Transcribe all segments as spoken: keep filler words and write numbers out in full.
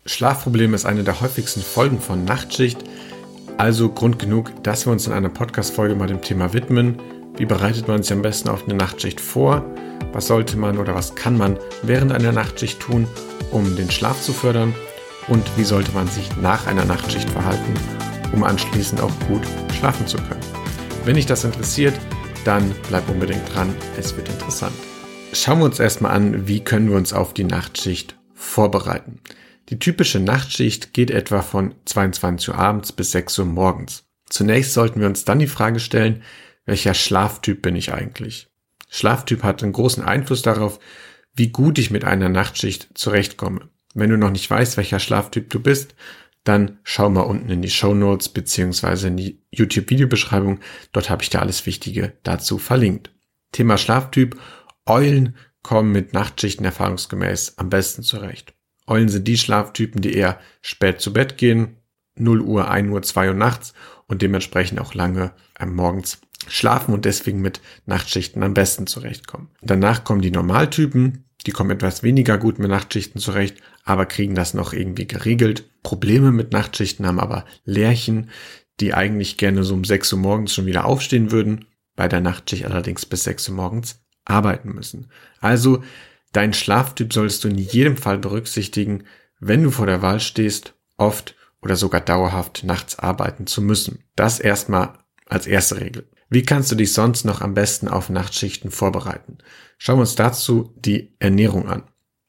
Schlafprobleme ist eine der häufigsten Folgen von Nachtschicht, also Grund genug, dass wir uns in einer Podcast-Folge mal dem Thema widmen. Wie bereitet man sich am besten auf eine Nachtschicht vor? Was sollte man oder was kann man während einer Nachtschicht tun, um den Schlaf zu fördern? Und wie sollte man sich nach einer Nachtschicht verhalten, um anschließend auch gut schlafen zu können? Wenn dich das interessiert, dann bleib unbedingt dran, es wird interessant. Schauen wir uns erstmal an, wie können wir uns auf die Nachtschicht vorbereiten. Die typische Nachtschicht geht etwa von zweiundzwanzig Uhr abends bis sechs Uhr morgens. Zunächst sollten wir uns dann die Frage stellen, welcher Schlaftyp bin ich eigentlich? Schlaftyp hat einen großen Einfluss darauf, wie gut ich mit einer Nachtschicht zurechtkomme. Wenn du noch nicht weißt, welcher Schlaftyp du bist, dann schau mal unten in die Shownotes bzw. in die YouTube-Videobeschreibung. Dort habe ich dir alles Wichtige dazu verlinkt. Thema Schlaftyp. Eulen kommen mit Nachtschichten erfahrungsgemäß am besten zurecht. Eulen sind die Schlaftypen, die eher spät zu Bett gehen, null Uhr, ein Uhr, zwei Uhr nachts und dementsprechend auch lange am morgens schlafen und deswegen mit Nachtschichten am besten zurechtkommen. Danach kommen die Normaltypen, die kommen etwas weniger gut mit Nachtschichten zurecht, aber kriegen das noch irgendwie geregelt. Probleme mit Nachtschichten haben aber Lerchen, die eigentlich gerne so um sechs Uhr morgens schon wieder aufstehen würden, bei der Nachtschicht allerdings bis sechs Uhr morgens arbeiten müssen. Also dein Schlaftyp solltest du in jedem Fall berücksichtigen, wenn du vor der Wahl stehst, oft oder sogar dauerhaft nachts arbeiten zu müssen. Das erstmal als erste Regel. Wie kannst du dich sonst noch am besten auf Nachtschichten vorbereiten? Schauen wir uns dazu die Ernährung an.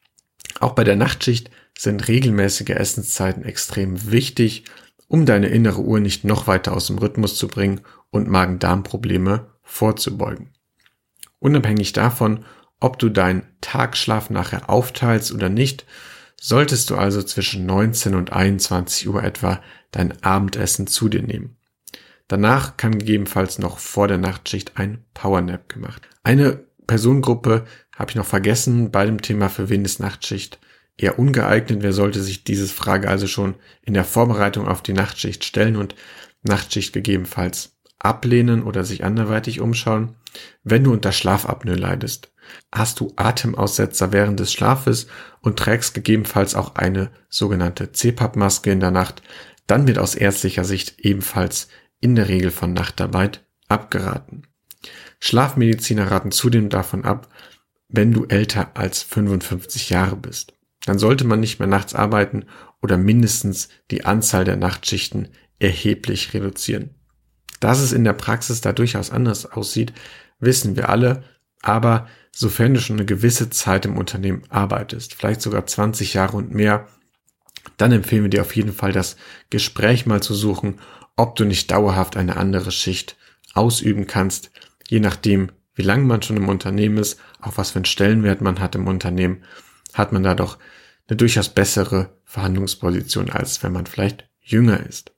Auch bei der Nachtschicht sind regelmäßige Essenszeiten extrem wichtig, um deine innere Uhr nicht noch weiter aus dem Rhythmus zu bringen und Magen-Darm-Probleme vorzubeugen. Unabhängig davon, ob du deinen Tagschlaf nachher aufteilst oder nicht, solltest du also zwischen neunzehn und einundzwanzig Uhr etwa dein Abendessen zu dir nehmen. Danach kann gegebenenfalls noch vor der Nachtschicht ein Powernap gemacht. Eine Personengruppe habe ich noch vergessen bei dem Thema, für wen ist Nachtschicht eher ungeeignet. Wer sollte sich diese Frage also schon in der Vorbereitung auf die Nachtschicht stellen und Nachtschicht gegebenenfalls ablehnen oder sich anderweitig umschauen? Wenn du unter Schlafapnoe leidest, hast du Atemaussetzer während des Schlafes und trägst gegebenenfalls auch eine sogenannte C PAP-Maske in der Nacht, dann wird aus ärztlicher Sicht ebenfalls in der Regel von Nachtarbeit abgeraten. Schlafmediziner raten zudem davon ab, wenn du älter als fünfundfünfzig Jahre bist. Dann sollte man nicht mehr nachts arbeiten oder mindestens die Anzahl der Nachtschichten erheblich reduzieren. Dass es in der Praxis da durchaus anders aussieht, wissen wir alle, aber sofern du schon eine gewisse Zeit im Unternehmen arbeitest, vielleicht sogar zwanzig Jahre und mehr, dann empfehlen wir dir auf jeden Fall, das Gespräch mal zu suchen, ob du nicht dauerhaft eine andere Schicht ausüben kannst, je nachdem, wie lange man schon im Unternehmen ist, auch was für einen Stellenwert man hat im Unternehmen, hat man da doch eine durchaus bessere Verhandlungsposition, als wenn man vielleicht jünger ist.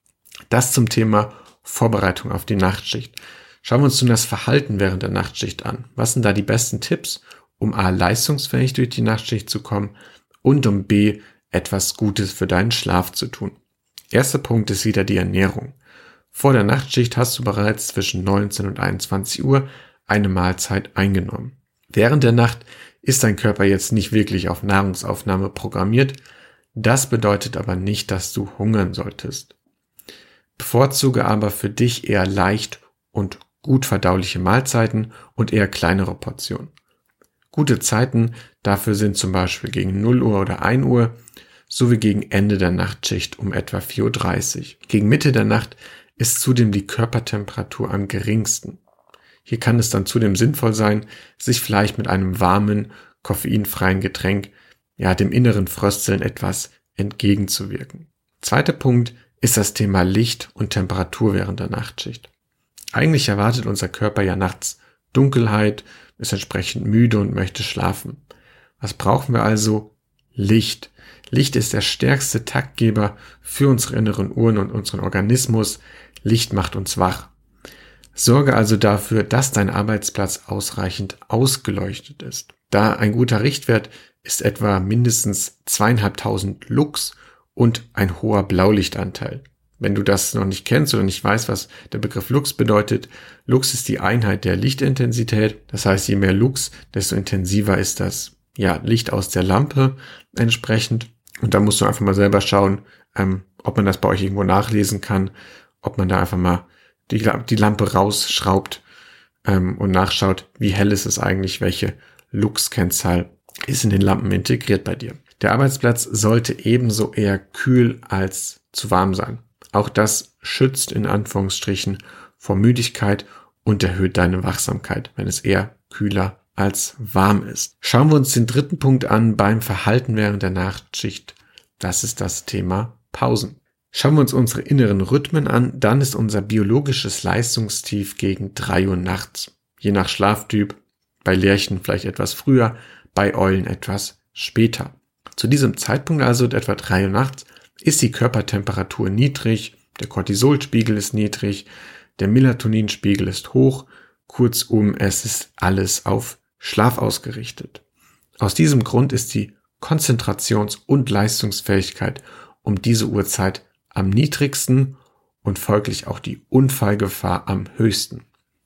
Das zum Thema Vorbereitung auf die Nachtschicht. Schauen wir uns nun das Verhalten während der Nachtschicht an. Was sind da die besten Tipps, um A, leistungsfähig durch die Nachtschicht zu kommen und um B, etwas Gutes für deinen Schlaf zu tun? Erster Punkt ist wieder die Ernährung. Vor der Nachtschicht hast du bereits zwischen neunzehn und einundzwanzig Uhr eine Mahlzeit eingenommen. Während der Nacht ist dein Körper jetzt nicht wirklich auf Nahrungsaufnahme programmiert. Das bedeutet aber nicht, dass du hungern solltest. Bevorzuge aber für dich eher leicht und gut verdauliche Mahlzeiten und eher kleinere Portionen. Gute Zeiten dafür sind zum Beispiel gegen null Uhr oder ein Uhr sowie gegen Ende der Nachtschicht um etwa vier Uhr dreißig. Gegen Mitte der Nacht ist zudem die Körpertemperatur am geringsten. Hier kann es dann zudem sinnvoll sein, sich vielleicht mit einem warmen, koffeinfreien Getränk, ja, dem inneren Frösteln etwas entgegenzuwirken. Zweiter Punkt ist das Thema Licht und Temperatur während der Nachtschicht. Eigentlich erwartet unser Körper ja nachts Dunkelheit, ist entsprechend müde und möchte schlafen. Was brauchen wir also? Licht. Licht ist der stärkste Taktgeber für unsere inneren Uhren und unseren Organismus. Licht macht uns wach. Sorge also dafür, dass dein Arbeitsplatz ausreichend ausgeleuchtet ist. Da ein guter Richtwert ist etwa mindestens zweitausendfünfhundert Lux und ein hoher Blaulichtanteil. Wenn du das noch nicht kennst oder nicht weißt, was der Begriff Lux bedeutet, Lux ist die Einheit der Lichtintensität. Das heißt, je mehr Lux, desto intensiver ist das ja, Licht aus der Lampe entsprechend. Und da musst du einfach mal selber schauen, ähm, ob man das bei euch irgendwo nachlesen kann, ob man da einfach mal die, die Lampe rausschraubt ähm, und nachschaut, wie hell ist es eigentlich, welche Lux-Kennzahl ist in den Lampen integriert bei dir. Der Arbeitsplatz sollte ebenso eher kühl als zu warm sein. Auch das schützt in Anführungsstrichen vor Müdigkeit und erhöht deine Wachsamkeit, wenn es eher kühler als warm ist. Schauen wir uns den dritten Punkt an beim Verhalten während der Nachtschicht. Das ist das Thema Pausen. Schauen wir uns unsere inneren Rhythmen an, dann ist unser biologisches Leistungstief gegen drei Uhr nachts. Je nach Schlaftyp, bei Lerchen vielleicht etwas früher, bei Eulen etwas später. Zu diesem Zeitpunkt, also etwa drei Uhr nachts, ist die Körpertemperatur niedrig, der Cortisolspiegel ist niedrig, der Melatoninspiegel ist hoch, kurzum, es ist alles auf Schlaf ausgerichtet. Aus diesem Grund ist die Konzentrations- und Leistungsfähigkeit um diese Uhrzeit am niedrigsten und folglich auch die Unfallgefahr am höchsten.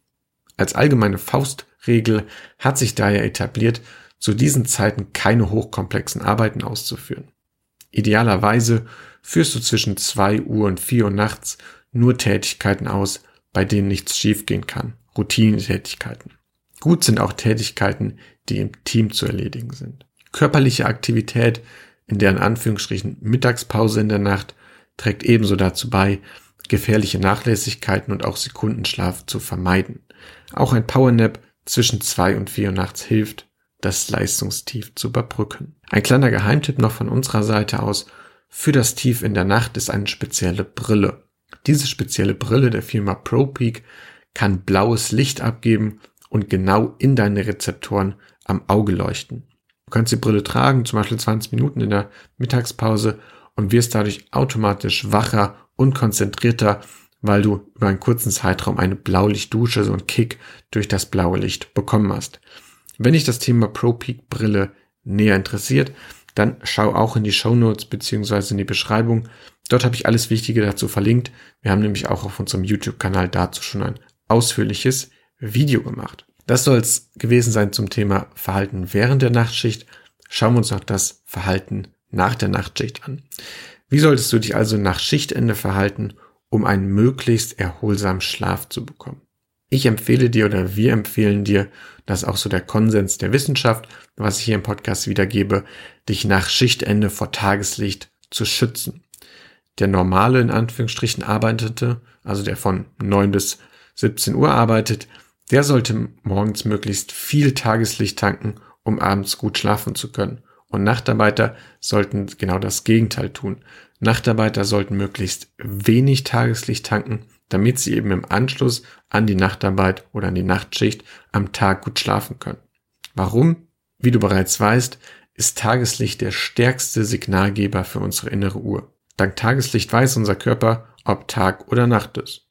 Als allgemeine Faustregel hat sich daher etabliert, zu diesen Zeiten keine hochkomplexen Arbeiten auszuführen. Idealerweise führst du zwischen zwei Uhr und vier Uhr nachts nur Tätigkeiten aus, bei denen nichts schiefgehen kann, Routinetätigkeiten. Gut sind auch Tätigkeiten, die im Team zu erledigen sind. Körperliche Aktivität, in deren Anführungsstrichen Mittagspause in der Nacht, trägt ebenso dazu bei, gefährliche Nachlässigkeiten und auch Sekundenschlaf zu vermeiden. Auch ein Powernap zwischen zwei und vier Uhr nachts hilft, das Leistungstief zu überbrücken. Ein kleiner Geheimtipp noch von unserer Seite aus: Für das Tief in der Nacht ist eine spezielle Brille. Diese spezielle Brille der Firma ProPeak kann blaues Licht abgeben und genau in deine Rezeptoren am Auge leuchten. Du kannst die Brille tragen, zum Beispiel zwanzig Minuten in der Mittagspause, und wirst dadurch automatisch wacher und konzentrierter, weil du über einen kurzen Zeitraum eine Blaulichtdusche, so einen Kick durch das blaue Licht bekommen hast. Wenn dich das Thema ProPeak Brille näher interessiert, dann schau auch in die Shownotes bzw. in die Beschreibung. Dort habe ich alles Wichtige dazu verlinkt. Wir haben nämlich auch auf unserem YouTube-Kanal dazu schon ein ausführliches Video gemacht. Das soll es gewesen sein zum Thema Verhalten während der Nachtschicht. Schauen wir uns noch das Verhalten nach der Nachtschicht an. Wie solltest du dich also nach Schichtende verhalten, um einen möglichst erholsamen Schlaf zu bekommen? Ich empfehle dir oder wir empfehlen dir, das ist auch so der Konsens der Wissenschaft, was ich hier im Podcast wiedergebe, dich nach Schichtende vor Tageslicht zu schützen. Der normale, in Anführungsstrichen, Arbeitete, also der von neun bis siebzehn Uhr arbeitet, der sollte morgens möglichst viel Tageslicht tanken, um abends gut schlafen zu können. Und Nachtarbeiter sollten genau das Gegenteil tun. Nachtarbeiter sollten möglichst wenig Tageslicht tanken, damit sie eben im Anschluss an die Nachtarbeit oder an die Nachtschicht am Tag gut schlafen können. Warum? Wie du bereits weißt, ist Tageslicht der stärkste Signalgeber für unsere innere Uhr. Dank Tageslicht weiß unser Körper, ob Tag oder Nacht ist.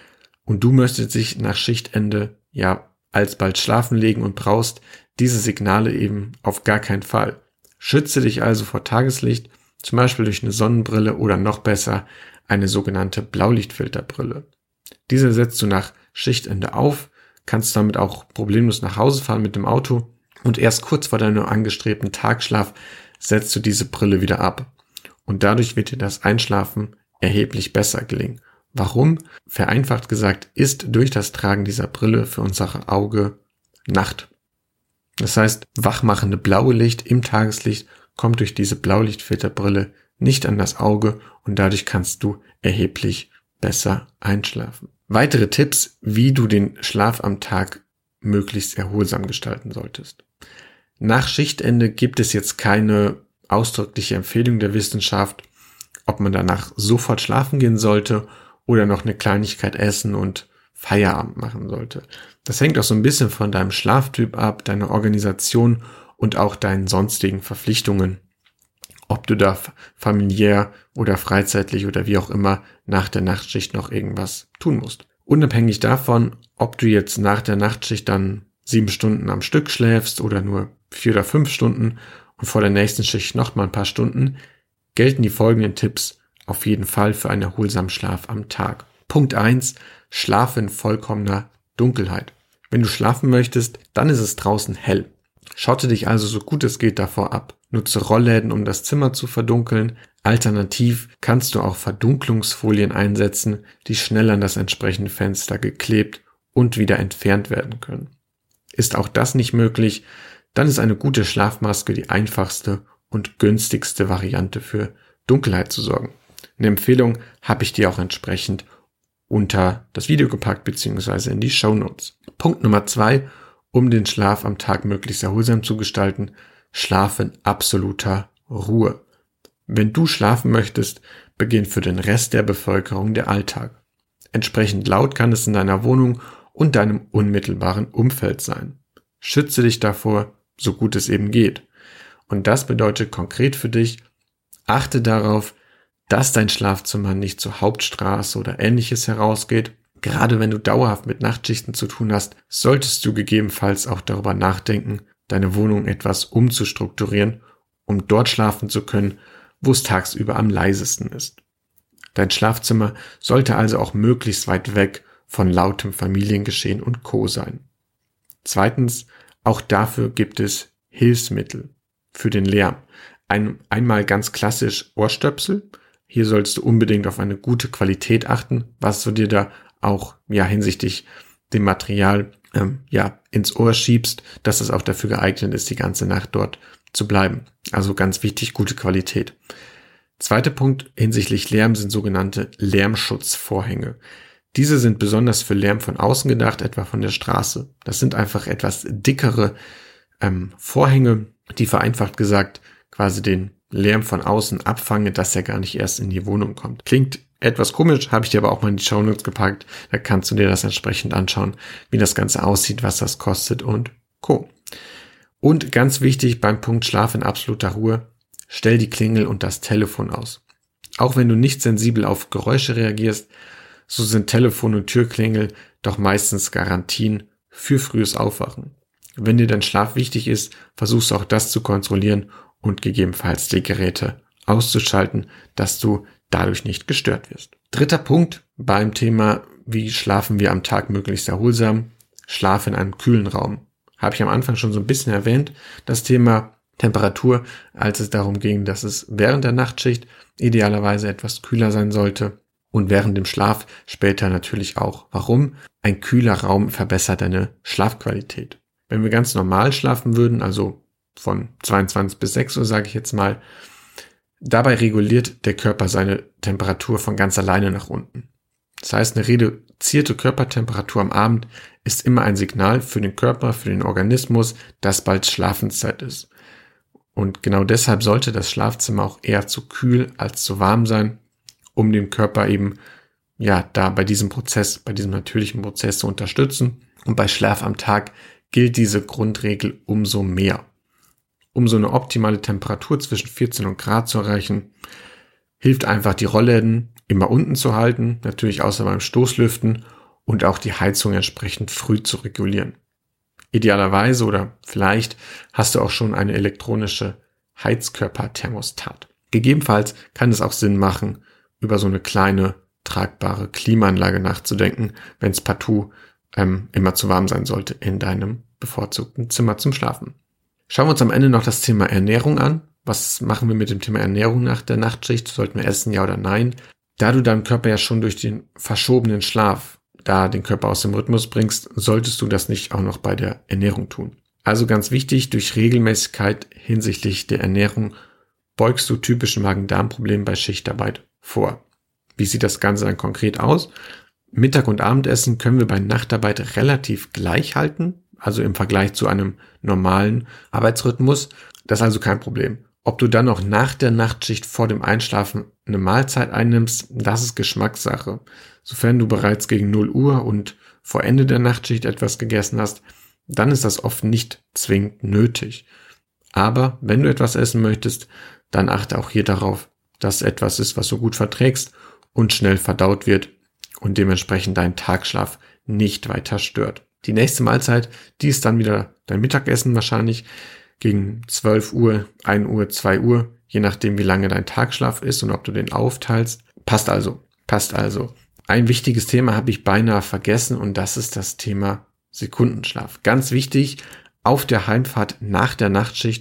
Und du möchtest dich nach Schichtende ja alsbald schlafen legen und brauchst diese Signale eben auf gar keinen Fall. Schütze dich also vor Tageslicht, zum Beispiel durch eine Sonnenbrille oder noch besser eine sogenannte Blaulichtfilterbrille. Diese setzt du nach Schichtende auf, kannst damit auch problemlos nach Hause fahren mit dem Auto und erst kurz vor deinem angestrebten Tagschlaf setzt du diese Brille wieder ab. Und dadurch wird dir das Einschlafen erheblich besser gelingen. Warum? Vereinfacht gesagt ist durch das Tragen dieser Brille für unser Auge Nacht. Das heißt, wachmachende blaue Licht im Tageslicht kommt durch diese Blaulichtfilterbrille nicht an das Auge und dadurch kannst du erheblich besser einschlafen. Weitere Tipps, wie du den Schlaf am Tag möglichst erholsam gestalten solltest. Nach Schichtende gibt es jetzt keine ausdrückliche Empfehlung der Wissenschaft, ob man danach sofort schlafen gehen sollte oder noch eine Kleinigkeit essen und Feierabend machen sollte. Das hängt auch so ein bisschen von deinem Schlaftyp ab, deiner Organisation und auch deinen sonstigen Verpflichtungen, ob du da familiär oder freizeitlich oder wie auch immer nach der Nachtschicht noch irgendwas tun musst. Unabhängig davon, ob du jetzt nach der Nachtschicht dann sieben Stunden am Stück schläfst oder nur vier oder fünf Stunden und vor der nächsten Schicht noch mal ein paar Stunden, gelten die folgenden Tipps auf jeden Fall für einen erholsamen Schlaf am Tag. Punkt eins. Schlafe in vollkommener Dunkelheit. Wenn du schlafen möchtest, dann ist es draußen hell. Schotte dich also so gut es geht davor ab. Nutze Rollläden, um das Zimmer zu verdunkeln. Alternativ kannst du auch Verdunklungsfolien einsetzen, die schnell an das entsprechende Fenster geklebt und wieder entfernt werden können. Ist auch das nicht möglich, dann ist eine gute Schlafmaske die einfachste und günstigste Variante für Dunkelheit zu sorgen. Eine Empfehlung habe ich dir auch entsprechend unter das Video gepackt bzw. in die Shownotes. Punkt Nummer zwei, um den Schlaf am Tag möglichst erholsam zu gestalten, schlaf in absoluter Ruhe. Wenn du schlafen möchtest, beginnt für den Rest der Bevölkerung der Alltag. Entsprechend laut kann es in deiner Wohnung und deinem unmittelbaren Umfeld sein. Schütze dich davor, so gut es eben geht. Und das bedeutet konkret für dich, achte darauf, dass dein Schlafzimmer nicht zur Hauptstraße oder ähnliches herausgeht. Gerade wenn du dauerhaft mit Nachtschichten zu tun hast, solltest du gegebenenfalls auch darüber nachdenken, deine Wohnung etwas umzustrukturieren, um dort schlafen zu können, wo es tagsüber am leisesten ist. Dein Schlafzimmer sollte also auch möglichst weit weg von lautem Familiengeschehen und Co. sein. Zweitens, auch dafür gibt es Hilfsmittel für den Lärm. Ein, einmal ganz klassisch Ohrstöpsel. Hier solltest du unbedingt auf eine gute Qualität achten, was du dir da auch ja hinsichtlich dem Material ähm, ja ins Ohr schiebst, dass es auch dafür geeignet ist, die ganze Nacht dort zu bleiben. Also ganz wichtig, gute Qualität. Zweiter Punkt hinsichtlich Lärm sind sogenannte Lärmschutzvorhänge. Diese sind besonders für Lärm von außen gedacht, etwa von der Straße. Das sind einfach etwas dickere ähm, Vorhänge, die vereinfacht gesagt quasi den Lärm von außen abfangen, dass er gar nicht erst in die Wohnung kommt. Klingt etwas komisch, habe ich dir aber auch mal in die Shownotes gepackt. Da kannst du dir das entsprechend anschauen, wie das Ganze aussieht, was das kostet und Co. Und ganz wichtig beim Punkt Schlaf in absoluter Ruhe, stell die Klingel und das Telefon aus. Auch wenn du nicht sensibel auf Geräusche reagierst, so sind Telefon und Türklingel doch meistens Garantien für frühes Aufwachen. Wenn dir dein Schlaf wichtig ist, versuchst auch das zu kontrollieren und gegebenenfalls die Geräte auszuschalten, dass du dadurch nicht gestört wirst. Dritter Punkt beim Thema, wie schlafen wir am Tag möglichst erholsam? Schlaf in einem kühlen Raum. Habe ich am Anfang schon so ein bisschen erwähnt, das Thema Temperatur, als es darum ging, dass es während der Nachtschicht idealerweise etwas kühler sein sollte und während dem Schlaf später natürlich auch. Warum? Ein kühler Raum verbessert deine Schlafqualität. Wenn wir ganz normal schlafen würden, also von zweiundzwanzig bis sechs Uhr, sage ich jetzt mal, dabei reguliert der Körper seine Temperatur von ganz alleine nach unten. Das heißt, eine reduzierte Körpertemperatur am Abend ist immer ein Signal für den Körper, für den Organismus, dass bald Schlafenszeit ist. Und genau deshalb sollte das Schlafzimmer auch eher zu kühl als zu warm sein, um dem Körper eben, ja, da bei diesem Prozess, bei diesem natürlichen Prozess zu unterstützen. Und bei Schlaf am Tag gilt diese Grundregel umso mehr. Um so eine optimale Temperatur zwischen vierzehn Grad zu erreichen, hilft einfach die Rollläden immer unten zu halten, natürlich außer beim Stoßlüften und auch die Heizung entsprechend früh zu regulieren. Idealerweise oder vielleicht hast du auch schon eine elektronische Heizkörperthermostat. Gegebenenfalls kann es auch Sinn machen, über so eine kleine tragbare Klimaanlage nachzudenken, wenn es partout ähm, immer zu warm sein sollte in deinem bevorzugten Zimmer zum Schlafen. Schauen wir uns am Ende noch das Thema Ernährung an. Was machen wir mit dem Thema Ernährung nach der Nachtschicht? Sollten wir essen, ja oder nein? Da du deinem Körper ja schon durch den verschobenen Schlaf da den Körper aus dem Rhythmus bringst, solltest du das nicht auch noch bei der Ernährung tun. Also ganz wichtig, durch Regelmäßigkeit hinsichtlich der Ernährung beugst du typischen Magen-Darm-Problemen bei Schichtarbeit vor. Wie sieht das Ganze dann konkret aus? Mittag- und Abendessen können wir bei Nachtarbeit relativ gleich halten, also im Vergleich zu einem normalen Arbeitsrhythmus. Das ist also kein Problem. Ob du dann noch nach der Nachtschicht vor dem Einschlafen eine Mahlzeit einnimmst, das ist Geschmackssache. Sofern du bereits gegen null Uhr und vor Ende der Nachtschicht etwas gegessen hast, dann ist das oft nicht zwingend nötig. Aber wenn du etwas essen möchtest, dann achte auch hier darauf, dass es etwas ist, was du gut verträgst und schnell verdaut wird und dementsprechend deinen Tagschlaf nicht weiter stört. Die nächste Mahlzeit, die ist dann wieder dein Mittagessen wahrscheinlich gegen zwölf Uhr, ein Uhr, zwei Uhr, je nachdem wie lange dein Tagschlaf ist und ob du den aufteilst. Passt also, passt also. Ein wichtiges Thema habe ich beinahe vergessen und das ist das Thema Sekundenschlaf. Ganz wichtig, auf der Heimfahrt nach der Nachtschicht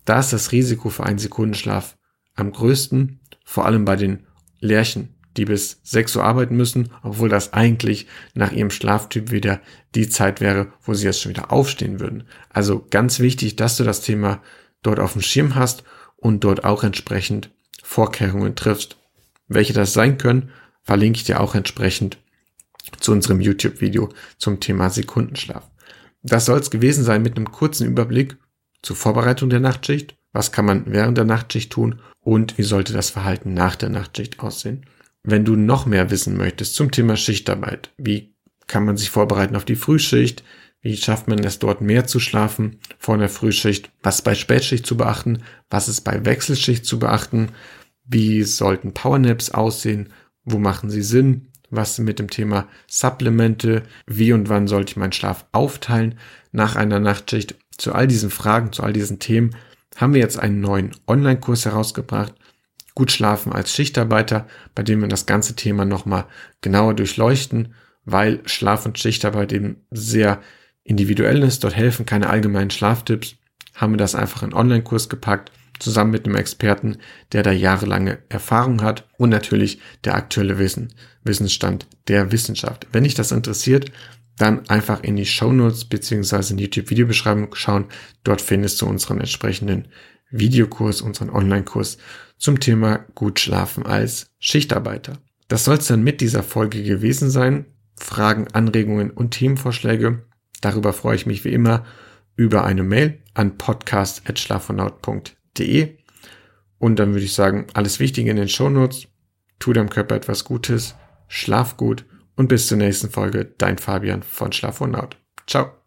Da ist das Risiko für einen Sekundenschlaf am größten, vor allem bei den Lerchen, die bis sechs Uhr arbeiten müssen, obwohl das eigentlich nach ihrem Schlaftyp wieder die Zeit wäre, wo sie jetzt schon wieder aufstehen würden. Also ganz wichtig, dass du das Thema dort auf dem Schirm hast und dort auch entsprechend Vorkehrungen triffst. Welche das sein können, verlinke ich dir auch entsprechend zu unserem YouTube-Video zum Thema Sekundenschlaf. Das soll es gewesen sein mit einem kurzen Überblick zur Vorbereitung der Nachtschicht. Was kann man während der Nachtschicht tun und wie sollte das Verhalten nach der Nachtschicht aussehen? Wenn du noch mehr wissen möchtest zum Thema Schichtarbeit, wie kann man sich vorbereiten auf die Frühschicht, wie schafft man es dort mehr zu schlafen vor der Frühschicht, was ist bei Spätschicht zu beachten, was ist bei Wechselschicht zu beachten, wie sollten Powernaps aussehen, wo machen sie Sinn, was mit dem Thema Supplemente, wie und wann sollte ich meinen Schlaf aufteilen nach einer Nachtschicht. Zu all diesen Fragen, zu all diesen Themen haben wir jetzt einen neuen Online-Kurs herausgebracht, Gut schlafen als Schichtarbeiter, bei dem wir das ganze Thema nochmal genauer durchleuchten, weil Schlaf- und Schichtarbeit eben sehr individuell ist. Dort helfen keine allgemeinen Schlaftipps. Haben wir das einfach in einen Online-Kurs gepackt, zusammen mit einem Experten, der da jahrelange Erfahrung hat und natürlich der aktuelle Wissen, Wissensstand der Wissenschaft. Wenn dich das interessiert, dann einfach in die Shownotes bzw. in die YouTube-Videobeschreibung schauen. Dort findest du unseren entsprechenden Videokurs, unseren Online-Kurs zum Thema Gut schlafen als Schichtarbeiter. Das soll es dann mit dieser Folge gewesen sein. Fragen, Anregungen und Themenvorschläge. Darüber freue ich mich wie immer über eine Mail an podcast at schlafonaut punkt de. Und dann würde ich sagen, alles Wichtige in den Shownotes. Tu deinem Körper etwas Gutes, schlaf gut und bis zur nächsten Folge. Dein Fabian von Schlafonaut. Ciao.